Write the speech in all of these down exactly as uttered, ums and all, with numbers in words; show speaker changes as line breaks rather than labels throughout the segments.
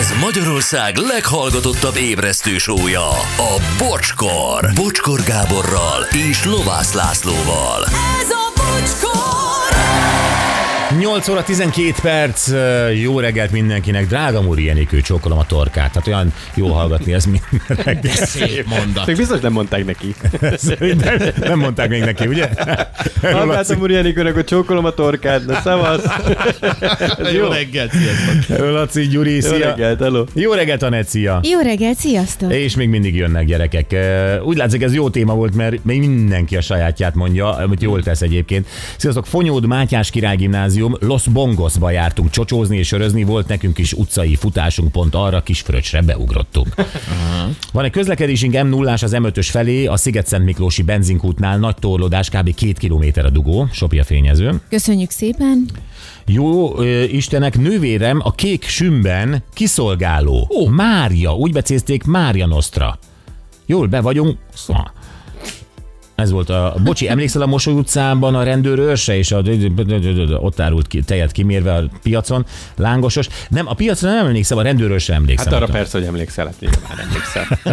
Ez Magyarország leghallgatottabb ébresztő show-ja, a Bocskor. Bocskor Gáborral és Lovász Lászlóval.
Ez a Bocskor!
nyolc óra tizenkét perc, jó reggelt mindenkinek. Drága Muri Enikő, csókolom a torkát. Hát olyan jó hallgatni, ez minden reggel.
Szép mondat.
Még biztos nem mondták neki.
Nem, nem mondták még neki, ugye?
Hallgatom Muri Enikőnek, hogy csókolom a torkát, de szavasz.
Jó reggelt, sziasztok.
Laci, Gyuri,
Jó
szia.
reggelt, hello.
Jó reggelt, Anett, szia.
Jó reggelt, sziasztok!
És még mindig jönnek gyerekek. Úgy látszik, ez jó téma volt, mert még mindenki a sajátját mondja, amit jól tesz egyébként. Sziasztok, Fonyód Mátyás Király Gimnázium, Los Bongosba jártunk csocsózni és sörözni, volt nekünk is utcai futásunk, pont arra Kisfröccsre beugrottunk. Uh-huh. Van egy közlekedésünk em nullás az em ötös felé, a Sziget-Szent Miklósi benzinkútnál, nagy torlódás, kb. két kilométer a dugó, Sopi a fényező.
Köszönjük szépen!
Jó ö, Istenek, nővérem a Kék Sümben kiszolgáló. Ó, Mária, úgy becézték Mária Nostra. Jól be vagyunk. Szó. Ez volt a... Bocsi, emlékszel a Mosoly utcában a rendőrőrse, és a, ott árult ki, tejet kimérve a piacon, lángosos. Nem, a piacra nem emlékszem, a rendőrőrse emlékszem.
Hát arra
ott.
persze, hogy emlékszel, hát nyilván emlékszel.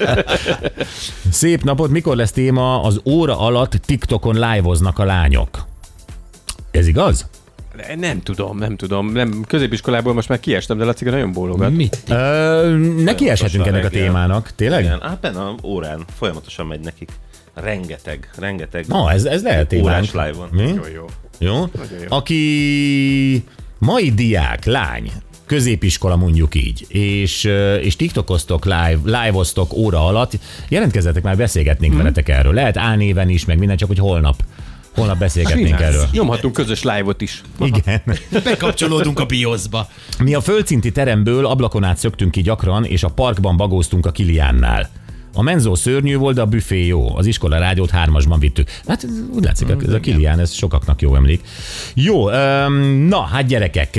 Szép napot, mikor lesz téma, az óra alatt TikTokon live-oznak a lányok. Ez igaz?
Nem tudom, nem tudom. Nem, középiskolából most már kiestem, de Laci nagyon bólogat.
Mit?
Ö, ne kieshetünk ennek a témának, tényleg?
Igen, hát benne a órán folyamatosan megy nekik. Rengeteg, rengeteg.
Na, ez, ez lehet témánk.
Órás live-on.
Mi?
Jó, jó.
Jó?
jó.
Aki mai diák, lány, középiskola mondjuk így, és, és tiktokoztok, live, live-oztok óra alatt, jelentkezzetek már, beszélgetnénk hmm. veletek erről. Lehet álnéven is, meg minden, csak hogy holnap. Holnap beszélgetnénk
Csinálsz.
erről.
Nyomhatunk közös live-ot is.
Igen.
Bekapcsolódunk a bioszba.
Mi a földszinti teremből ablakon át szöktünk ki gyakran, és a parkban bagóztunk a Kiliánnál. A menzó szörnyű volt, de a büfé jó. Az iskola rádiót hármasban vittük. Hát úgy látszik, mm, ez a Kilián, ez sokaknak jó emlék. Jó, na hát gyerekek,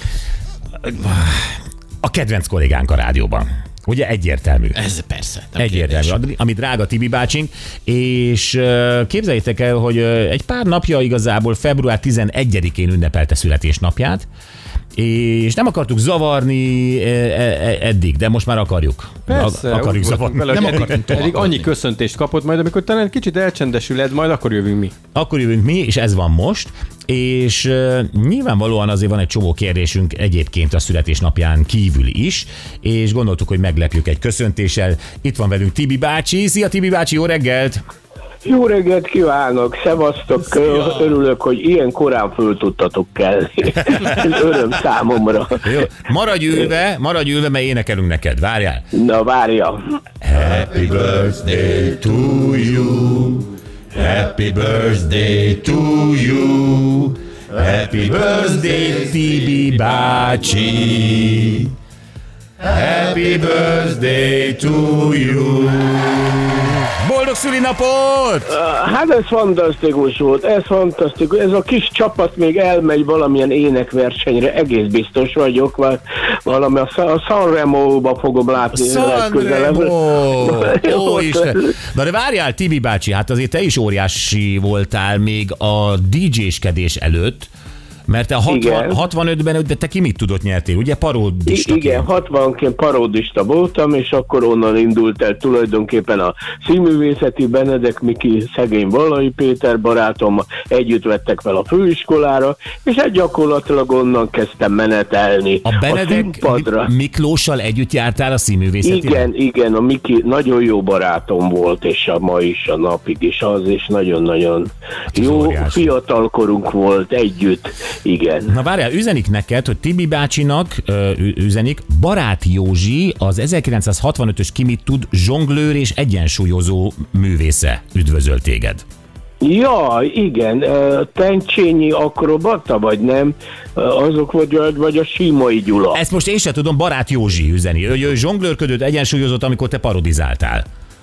a kedvenc kollégánk a rádióban. Ugye egyértelmű.
Ez persze.
Egyértelmű, kérdés. Ami drága Tibi bácsink, és képzeljétek el, hogy egy pár napja igazából február tizenegyedikén ünnepelte születésnapját, és nem akartuk zavarni eddig, de most már akarjuk.
Persze,
akarjuk zavarni.
Vele,
Nem
eddig,
akarunk
eddig annyi köszöntést kapott, majd amikor talán kicsit elcsendesüled, majd akkor jövünk mi.
Akkor jövünk mi, és ez van most, és uh, nyilvánvalóan azért van egy csomó kérdésünk egyébként a születésnapján kívül is, és gondoltuk, hogy meglepjük egy köszöntéssel. Itt van velünk Tibi bácsi. Szia Tibi bácsi, jó reggelt!
Jó reggelt kívánok, szevasztok, Szia. Örülök, hogy ilyen korán föl tudtatok kelni. Ez öröm számomra.
Jó. Maradj ülve, maradj ülve, mert énekelünk neked, várjál.
Na, várja.
Happy birthday to you, happy birthday to you, happy birthday Tibi bácsi, happy birthday to you. Boldog szülinapot!
Hát ez fantasztikus volt, ez fantasztikus. Ez a kis csapat még elmegy valamilyen énekversenyre, egész biztos vagyok, vagy valami a Sanremo-ba fogom látni.
Sanremo! Ó, Isten! Na de várjál, Tibi bácsi, hát azért te is óriási voltál még a dé dzséskedés előtt, mert te hatvan, hatvanötben, de te ki mit tudott nyertél, ugye? Paródista.
Igen, hatvanként paródista voltam, és akkor onnan indult el tulajdonképpen a színművészeti. Benedek Miki, szegény Vallai Péter barátom, együtt vettek fel a főiskolára, és egy gyakorlatilag onnan kezdtem menetelni.
A Benedek
a
Miklóssal együtt jártál a színművészeti?
Igen, igen, a Miki nagyon jó barátom volt, és a ma is, a napig is az, és nagyon-nagyon jó
óriási.
Fiatalkorunk volt együtt. Igen.
Na várjál, üzenik neked, hogy Tibi bácsinak ö, üzenik, Barát Józsi az ezerkilencszázhatvanötös Ki mit tud zsonglőr és egyensúlyozó művésze üdvözöl téged.
Ja, igen, Tencsényi akrobata, vagy nem, azok vagy, vagy a Símai Gyula.
Ezt most én sem tudom, Barát Józsi üzeni. Ő, ő zsonglőrködött, egyensúlyozott, amikor te parodizáltál.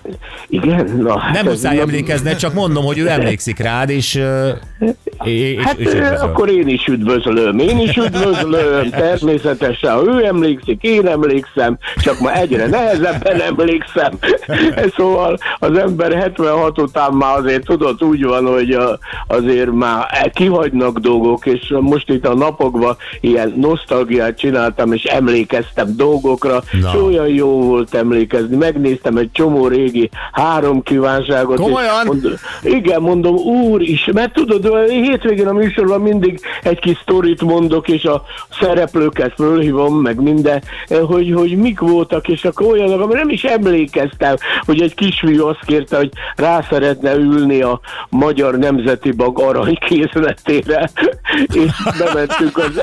Igen? Na, hát
Nem
ez
muszáj
na-
emlékezned, csak mondom, hogy ő emlékszik rád, és, ö, és,
Hát
és
ö,
üdvözöl.
akkor én is üdvözlöm, én is üdvözlöm, természetesen, ha ő emlékszik, én emlékszem, csak ma egyre nehezebben emlékszem. Szóval az ember hetvenhat után már azért tudod, úgy van, hogy a, azért már kihagynak dolgok, és most itt a napokban ilyen nosztalgiát csináltam, és emlékeztem dolgokra,
Na.
és olyan jó volt emlékezni. Megnéztem egy csomó régi három kívánságot. és
Komolyan?
Mondom, igen, mondom, úr is, mert tudod, hétvégén a műsorban mindig egy kis sztorit mondok, és a szereplőket fölhívom, meg minden, hogy, hogy mik voltak, és akkor olyanok, amire nem is emlékeztem, hogy egy kisfiú azt kérte, hogy rá szeretne ülni a Magyar Nemzeti Bank aranykészletére, és bementünk az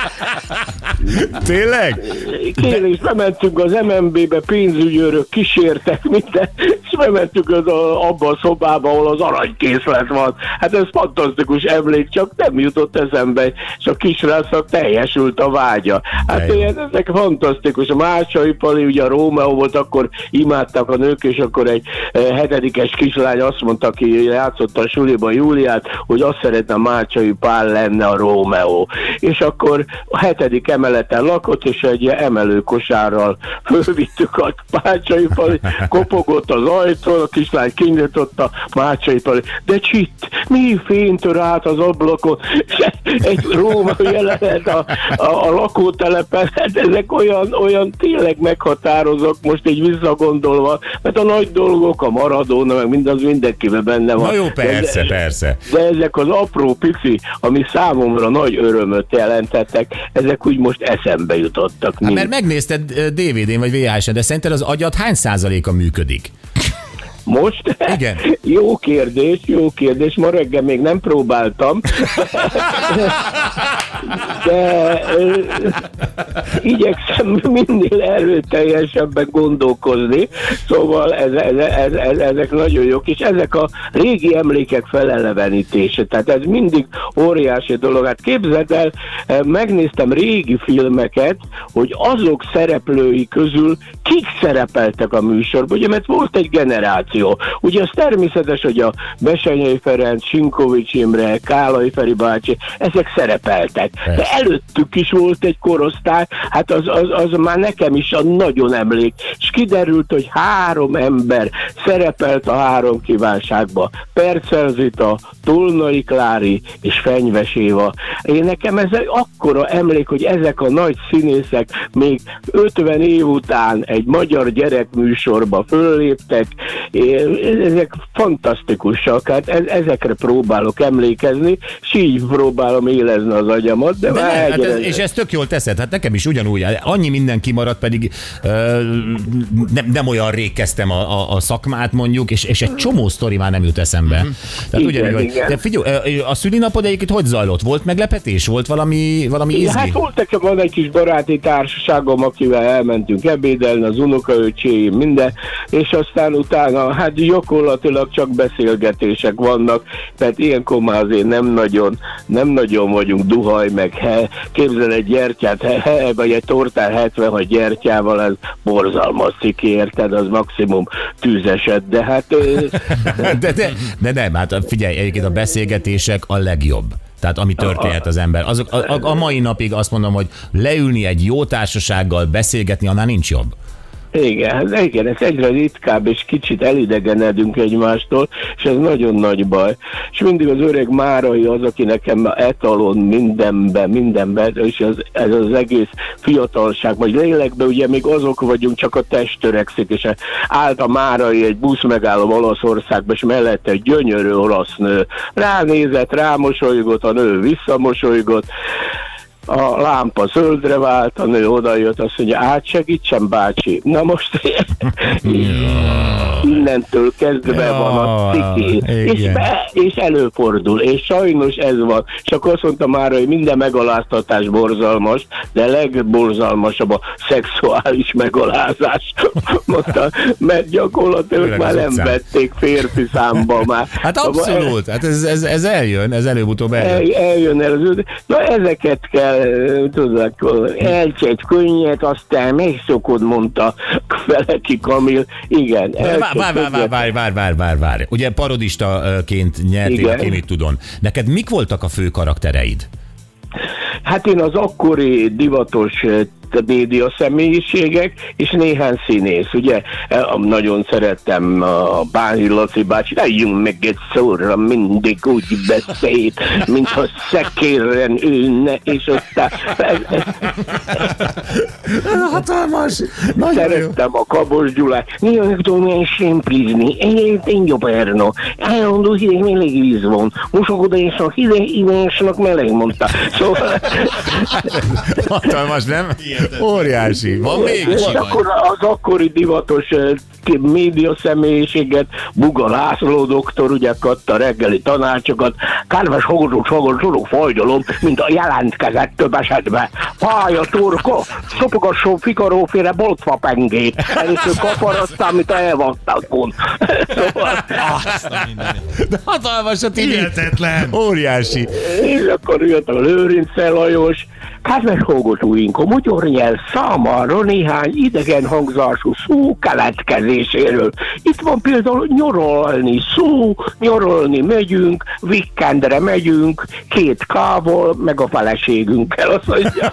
Tényleg?
Kérés, bementünk az em en bé-be, pénzügyőrök kísértek minden, és bementünk az a, abba a szobába, ahol az aranykészlet van. Hát ez fantasztikus emlék, csak nem jutott eszembe, és a kisrácnak teljesült a vágya. Hát ilyen, ezek fantasztikus. A Mácsai Pali, ugye a Rómeó volt, akkor imádtak a nők, és akkor egy eh, hetedikes kislány azt mondta, aki játszotta a suliba Júliát, hogy azt szeretne a Mácsai Pál lenne a Rómeó. És akkor a hetedik emeleten lakott, és egy emelőkosárral fölvittük a Mácsai Pali, kopogott az ajtón, a kislány kinyitotta, Mácsai Pali, de csitt, mi fénytör át az ablakon, és egy római jelenet a, a, a lakótelepen, hát ezek olyan, olyan tényleg meghatározók, most így visszagondolva, mert a nagy dolgok, a Maradona, meg mindaz mindenkiben benne van.
Na jó, persze,
de,
persze.
De ezek az apró pici, ami számomra nagy örömöt jelentettek, ezek úgy most eszembe jutottak.
Hát,
mind.
mert megnézted dé vé dén vagy vé há es-en, de szerinted az agyad hány százaléka működik?
Most?
Igen.
Jó kérdés, jó kérdés. Ma reggel még nem próbáltam. De ö, igyekszem minél erőteljesebben gondolkozni. Szóval ez, ez, ez, ez, ezek nagyon jók, és ezek a régi emlékek felelevenítése. Tehát ez mindig óriási dolog. Hát képzeld el, megnéztem régi filmeket, hogy azok szereplői közül kik szerepeltek a műsorban, ugye, mert volt egy generáció. Ugye az természetes, hogy a Besenyei Ferenc, Sinkovics Imre, Kálai Feri bácsi, ezek szerepeltek. De előttük is volt egy korosztály, hát az, az, az már nekem is a nagyon emlék. És kiderült, hogy három ember szerepelt a három kívánságba. Percel Zita, Tolnai Klári és Fenyves Éva. Én nekem ez egy akkora emlék, hogy ezek a nagy színészek még ötven év után egy magyar gyerekműsorba fölléptek. Ezek fantasztikusak, hát ezekre próbálok emlékezni, és így próbálom élezni az agyamat. De,
De
már
nem, hát ez,
egyen-
és ezt tök jól teszed, hát nekem is ugyanúgy, annyi minden kimaradt, pedig ö, nem, nem olyan rég kezdtem a, a, a szakmát mondjuk, és, és egy csomó sztori már nem jut eszembe. Tehát
Igen,
ugyanúgy, vagy.
igen.
De figyelj, a szülinapod egyébként hogy zajlott? Volt meglepetés? Volt valami, valami
Ja,
izgi?
hát volt nekem van egy kis baráti társaságom, akivel elmentünk ebédelni, az unokaöcséim, minden, és aztán utána, hát gyakorlatilag csak beszélgetések vannak, tehát ilyenkor már azért nem nagyon, nem nagyon vagyunk duhaj, meg he, képzel egy gyertyát, he, he, vagy egy tortán hetvenhat gyertyával, ez borzalmas ciki, érted, az maximum tűzeset, de hát... ö,
De, de, de nem, hát figyelj, egyébként a beszélgetések a legjobb. Tehát ami történhet az ember. Azok, a, a, a mai napig azt mondom, hogy leülni egy jó társasággal, beszélgetni, annál nincs jobb.
Igen, igen, ez egyre ritkább, és kicsit elidegenedünk egymástól, és ez nagyon nagy baj. És mindig az öreg Márai az, aki nekem etalon mindenben, mindenben, és ez, ez az egész fiatalság, vagy lélekben ugye még azok vagyunk, csak a test törekszik, és állt a Márai egy busz megálló Olaszországba, és mellette egy gyönyörű olasz nő. Ránézett, rámosolygott, a nő visszamosolygott, a lámpa zöldre vált, a nő odajött, azt mondja, átsegítsen, bácsi. Na most innentől kezdve van a ciki, és, be, és előfordul, és sajnos ez van. És akkor azt mondta már, hogy minden megaláztatás borzalmas, de a legborzalmasabb a szexuális megalázás. Mondta, mert gyakorlatilag
Főleg
már
az
nem
utcán.
vették férfi számba már.
Hát abszolút, hát ez, ez, ez eljön, ez előbb-utóbb eljön.
El, eljön el az út. Na ezeket kell tudod, elcs egy könnyet, aztán megszokod, mondta Feleki Kamil. Igen.
Várj, várj, várj, várj, várj, várj, várj, várj. Ugye parodistaként nyertél a Kimi Tudon. Neked mik voltak a fő karaktereid?
Hát én az akkori divatos média személyiségek, és néhány színész, ugye, nagyon szerettem a Bányi Laci bácsi, álljunk meg egy szóra, mindig úgy beszél, mintha szekérren ülne, és aztán
hatalmas!
Szerettem a Kabos Gyulát, nagyon tudom én semplizni, én jobbárna, állandó hideg meleg víz van, mosokodásnak hideg, ivásnak meleg, mondta. Szóval...
hatalmas, nem? Óriási. Van még?
És akkor az akkori divatos média személyiséget, Buga László doktor, ugye kapta reggeli tanácsokat, kedves hallgatók, hallgatók, fagydalom, mint a jelentkezett több esetben. Fáj a torka, szopogasson fikaróféle boltfapengét. Először kaparasztál, amit elvattak volna.
De hatalmas a Tibi.
Hihetetlen.
Óriási.
És akkor jött a Lőrince Lajos. Kedves hallgatóink, a magyar nyelv számára néhány idegen hangzású szó keletkezéséről. Itt van például nyaralni szó, nyaralni megyünk, vikendre megyünk, két kával, meg a feleségünkkel, azt mondja.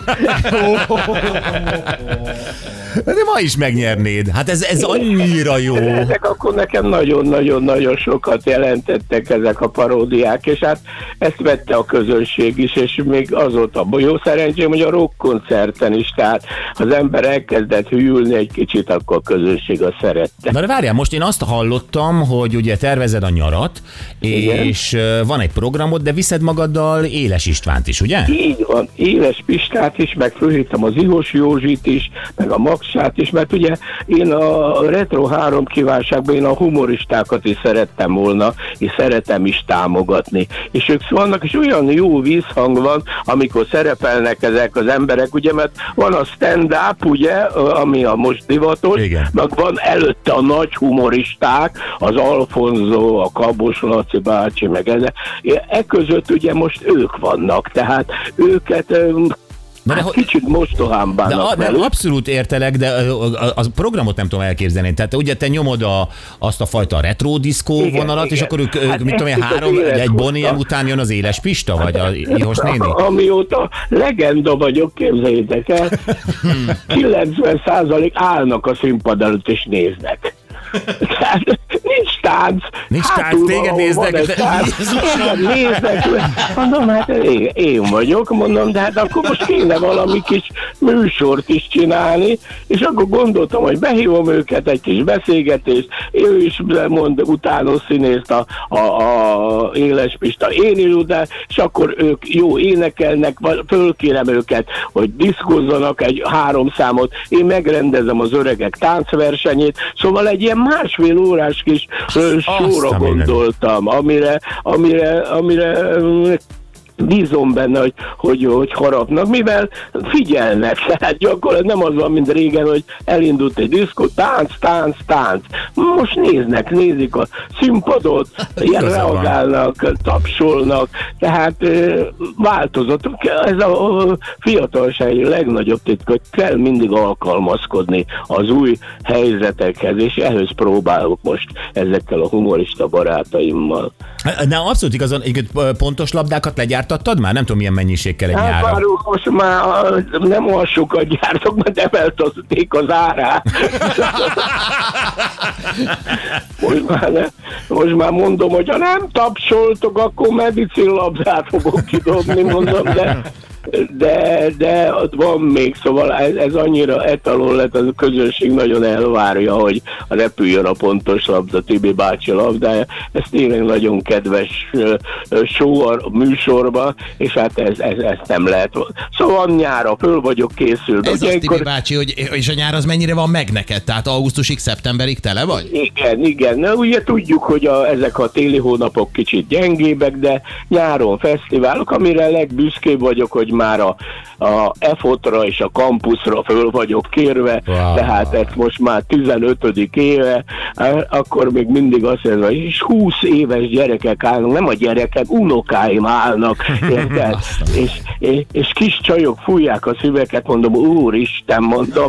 De ma is megnyernéd. Hát ez, ez annyira jó.
Ezek akkor nekem nagyon-nagyon-nagyon sokat jelentettek ezek a paródiák, és hát ezt vette a közönség is, és még azóta jó szerencsém, hogy a rockkoncerten is, tehát az ember elkezdett hűlni egy kicsit, akkor a közönség azt szerette.
Na de várjál, most én azt hallottam, hogy ugye tervezed a nyarat, és igen, van egy programod, de viszed magaddal Éles Istvánt is, ugye?
Így van, Éles Pistát is, meg fölhívtam az Ihos Józsit is, meg a Maksát is, mert ugye én a Retro három kívánságban én a humoristákat is szerettem volna, és szeretem is támogatni. És ők vannak, és olyan jó vízhang van, amikor szerepelnek ezek az emberek, ugye, mert van a stand-up, ugye, ami a most divatos, igen, meg van előtte a nagy humoristák, az Alfonso, a Kabos Laci bácsi, meg ezek. E között ugye most ők vannak, tehát őket
Na
hát
de,
kicsit mostohán bánnak.
De, de abszolút értelek, de a, a, a programot nem tudom elképzelni. Tehát ugye te nyomod a, azt a fajta retro diszkó igen, vonalat, igen, és akkor ők, hát mit tudom én, három, egy Boniem után jön az Éles Pista, vagy a Ihos néni?
Amióta legenda vagyok, képzeljétek el, kilencven százalék állnak a színpad előtt és néznek. Tehát nincs tánc.
Nincs tánc, téged néznek. De...
néznek. Mondom, hát én, én vagyok, mondom, de hát akkor most kéne valami kis műsort is csinálni, és akkor gondoltam, hogy behívom őket, egy kis beszélgetést, ő is mond utános színészt a, a, a Éles Pista, én is után, és akkor ők jó énekelnek, fölkérem őket, hogy diszkozzanak egy három számot, én megrendezem az öregek táncversenyét, szóval egy ilyen másfél órás kis sóra gondoltam, amire, amire, amire bízom benne, hogy, hogy, hogy harapnak, mivel figyelnek, tehát gyakorlatilag nem az van, mint régen, hogy elindult egy diszkó, tánc, tánc, tánc. Most néznek, nézik a színpadot, ilyen reagálnak, tapsolnak, tehát változott. Ez a fiatalság legnagyobb titka, hogy kell mindig alkalmazkodni az új helyzetekhez, és ehhez próbálok most ezekkel a humorista barátaimmal.
De abszolút igazán, pontos labdákat legyártattad már? Nem tudom, milyen mennyiségkel egy nyára.
Hát most már nem olyan sokat gyártok, mert emeltették az árát. most, már ne, most már mondom, hogy ha nem tapsoltok, akkor medicinlabdát fogok kidobni, mondom, de... De, de ott van még, szóval ez, ez annyira etalon lett, az a közönség nagyon elvárja, hogy repüljön a pontos labda, Tibi bácsi labdája. Ez tényleg nagyon kedves show a műsorban, és hát ez, ez, ez nem lehet. Szóval nyára föl vagyok készülve.
Ez az, Tibi bácsi, hogy, és a nyár az mennyire van meg neked? Tehát augusztusig, szeptemberig tele vagy?
Igen, igen. Na, ugye tudjuk, hogy a, ezek a téli hónapok kicsit gyengébbek, de nyáron fesztiválok, amire legbüszkébb vagyok, hogy már a, a efotra és a kampuszra föl vagyok kérve,
Wow.
tehát ez most már tizenötödik éve, akkor még mindig azt mondja, és húsz éves gyerekek állnak, nem a gyerekek, unokáim állnak, érted? és, és, és kis csajok fújják a szüveket, mondom, úristen, mondom.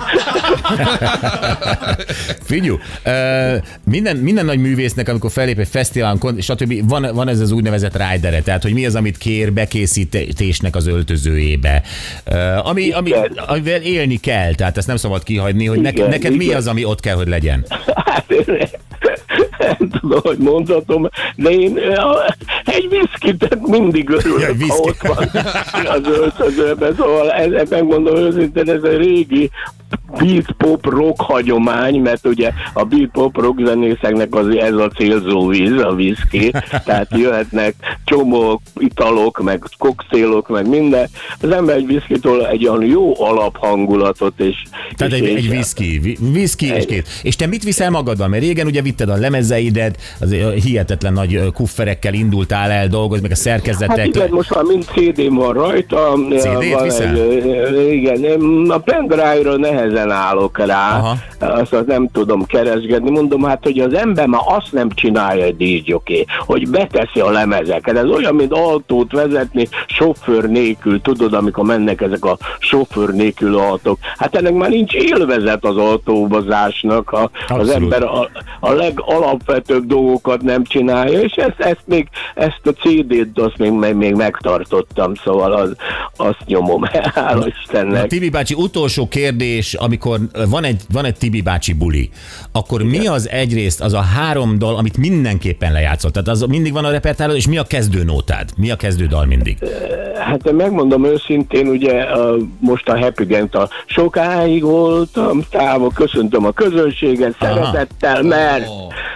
Figyelj, minden, minden nagy művésznek, amikor fellép egy fesztiválon, stb. Van, van ez az úgynevezett ridere, tehát hogy mi az, amit kér bekészítésnek az öltözőjébe. Ami, ami, amivel élni kell, tehát ezt nem szabad kihagyni, hogy
Igen,
neked, neked mi
igen.
az, ami ott kell, hogy legyen.
Hát én nem tudom, hogy mondhatom, de én egy viszkit mindig örülök,
Ja,
ha
viszki.
ott van az öltözőben. Szóval ez, megmondom őszintén, ez a régi beat pop rock hagyomány, mert ugye a beat pop rock zenészeknek az ez a célzó víz, a viszki, tehát jöhetnek csomó italok, meg koktélok, meg minden. Az ember egy viszkitől egy olyan jó alaphangulatot és...
Tehát
és
egy,
és
egy whisky, vi- whisky és két. És te mit viszel magaddal? Mert régen ugye vitted a lemezeidet, az hihetetlen nagy kufferekkel indultál el dolgozni, meg a szerkezetek.
Hát igen, most már mind cé dém van rajta.
cé dét
van
viszel?
egy, igen, a pendrive-ra nehezen állok rá,
Aha.
azt, azt nem tudom keresgetni. Mondom, hát, hogy az ember már azt nem csinálja egy díszjoké, hogy beteszi a lemezeket. Ez olyan, mint autót vezetni sofőr nélkül, tudod, amikor mennek ezek a sofőr nélkül autók. Hát ennek már nincs élvezet az autóbazásnak, ha az
Abszolút.
ember a, a legalapvetőbb dolgokat nem csinálja, és ezt, ezt még, ezt a cé dét azt még, még, még megtartottam, szóval az, azt nyomom, hála
Na,
Istennek.
Tibi bácsi, utolsó kérdés, amikor van egy, van egy Tibi bácsi buli, akkor igen. mi az egyrészt az a három dal, amit mindenképpen lejátszott? Tehát az mindig van a repertárod, és mi a kezdőnótád? Mi a kezdődal mindig?
Hát megmondom őszintén, ugye a, most a Happy Gent a sokáig voltam távol, köszöntöm a közönséget szeretettel, mert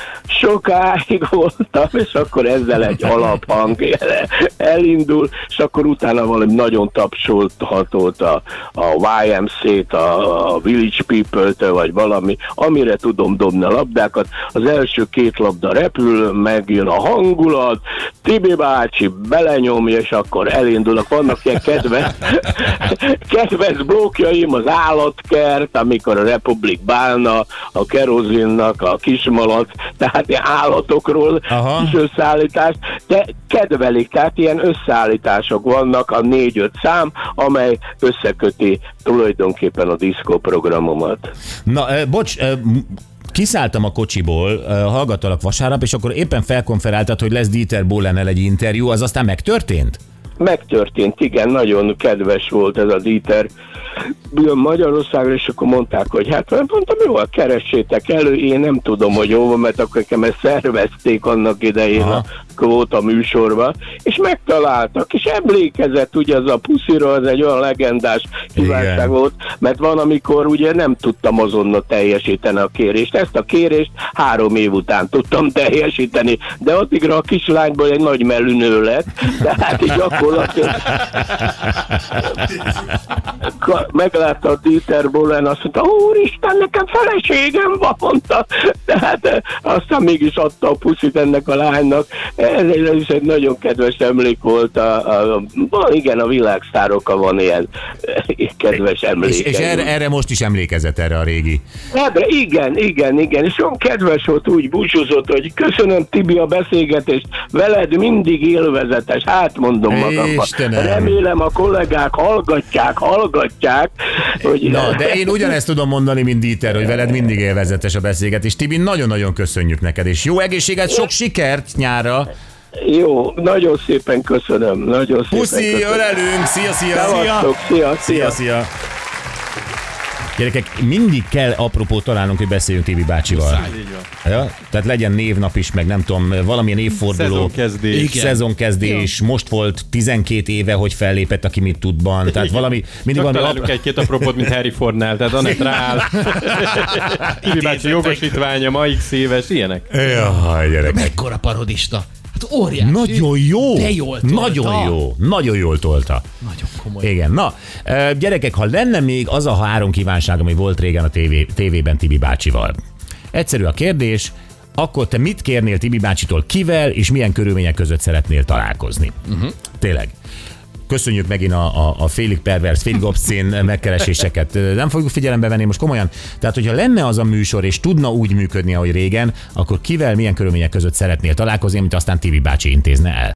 sokáig voltam, és akkor ezzel egy alaphang elindul, és akkor utána valami nagyon tapsolhatót a, a Y M C-t, a, a Village People-től, vagy valami, amire tudom dobni a labdákat. Az első két labda repül, megjön a hangulat, Tibi bácsi belenyomja, és akkor elindulnak. Vannak ilyen kedves, kedves blokkjaim, az állatkert, amikor a Republik bálna, a kerozinnak, a kismalac, tehát ilyen állatokról
Aha.
is összeállítás, de kedvelik, tehát ilyen összeállítások vannak, a négy-öt szám, amely összeköti tulajdonképpen a diszkóprogramomat.
Na, eh, bocs, eh, kiszálltam a kocsiból, eh, hallgattalak vasárnap, és akkor éppen felkonferáltad, hogy lesz Dieter Bohlennel egy interjú, az aztán megtörtént?
Megtörtént, igen, nagyon kedves volt ez a Dieter. Jön Magyarországra, és akkor mondták, hogy hát mondtam, jó, keressétek elő, én nem tudom, hogy hova, mert akkor nekem ezt szervezték annak idején
Aha.
a kvóta műsorba, és megtaláltak, és emlékezett, ugye az a Puszira, az egy olyan legendás kívánság volt, mert van, amikor ugye nem tudtam azonnal teljesíteni a kérést. Ezt a kérést három év után tudtam teljesíteni, de addigra a kislányból egy nagy mellűnő lett, tehát így gyakorlatilag meglátta a Dieter Bohlen, azt mondta, úristen, nekem feleségem van, mondta. Tehát aztán mégis adta a puszit ennek a lánynak. Ez egy, ez is egy nagyon kedves emlék volt. A, a, a, igen, a világsztárokon van ilyen kedves emlék.
És, és erre, erre most is emlékezett, erre a régi.
Ebbre, igen, igen, igen, és olyan kedves volt, úgy búcsúzott, hogy köszönöm, Tibi, a beszélgetést, veled mindig élvezetes, hát mondom magamban.
Istenem.
Remélem a kollégák hallgatják, hallgatják, hogy...
Na, de én ugyanezt tudom mondani, mint Dieter, hogy veled mindig élvezetes a beszélgetés. Tibi, nagyon-nagyon köszönjük neked, és jó egészséget, sok sikert nyárra!
Jó, nagyon szépen köszönöm, nagyon szépen
Puszi,
köszönöm.
ölelünk, szia, szia!
Szevasztok, szia,
Szia, szia! Gyerekek, mindig kell apropót találnunk, hogy beszéljünk Tibi bácsival. Ja? Tehát legyen névnap is, meg nem tudom, valamilyen évforduló.
Szezonkezdés.
Igen. Szezonkezdés. Most volt tizenkét éve, hogy fellépett, aki mit tudban. Tehát valami, mindig
Csak
valami
találunk
apro-
egy-két apropót, mint Harry Fordnál, tehát Anett rááll. Tibi bácsi jogosítványa, ma X éves, ilyenek.
Jaj, gyerekek.
Mekkora parodista. Hát óriási.
Nagyon jó.
De jól tolta.
Nagyon jó. Nagyon jól tolta.
Nagyon komoly.
Igen, na, ö, gyerekek, ha lenne még az a három kívánság, ami volt régen a tévé, tévében Tibi bácsival. Egyszerű a kérdés, akkor te mit kérnél Tibi bácsitól, kivel és milyen körülmények között szeretnél találkozni? Uh-huh. Tényleg. köszönjük megint a, a, a félig pervers, félig obszén megkereséseket. Nem fogjuk figyelembe venni most komolyan. Tehát, hogyha lenne az a műsor, és tudna úgy működni, ahogy régen, akkor kivel, milyen körülmények között szeretnél találkozni, amit aztán Tibi bácsi intézne el.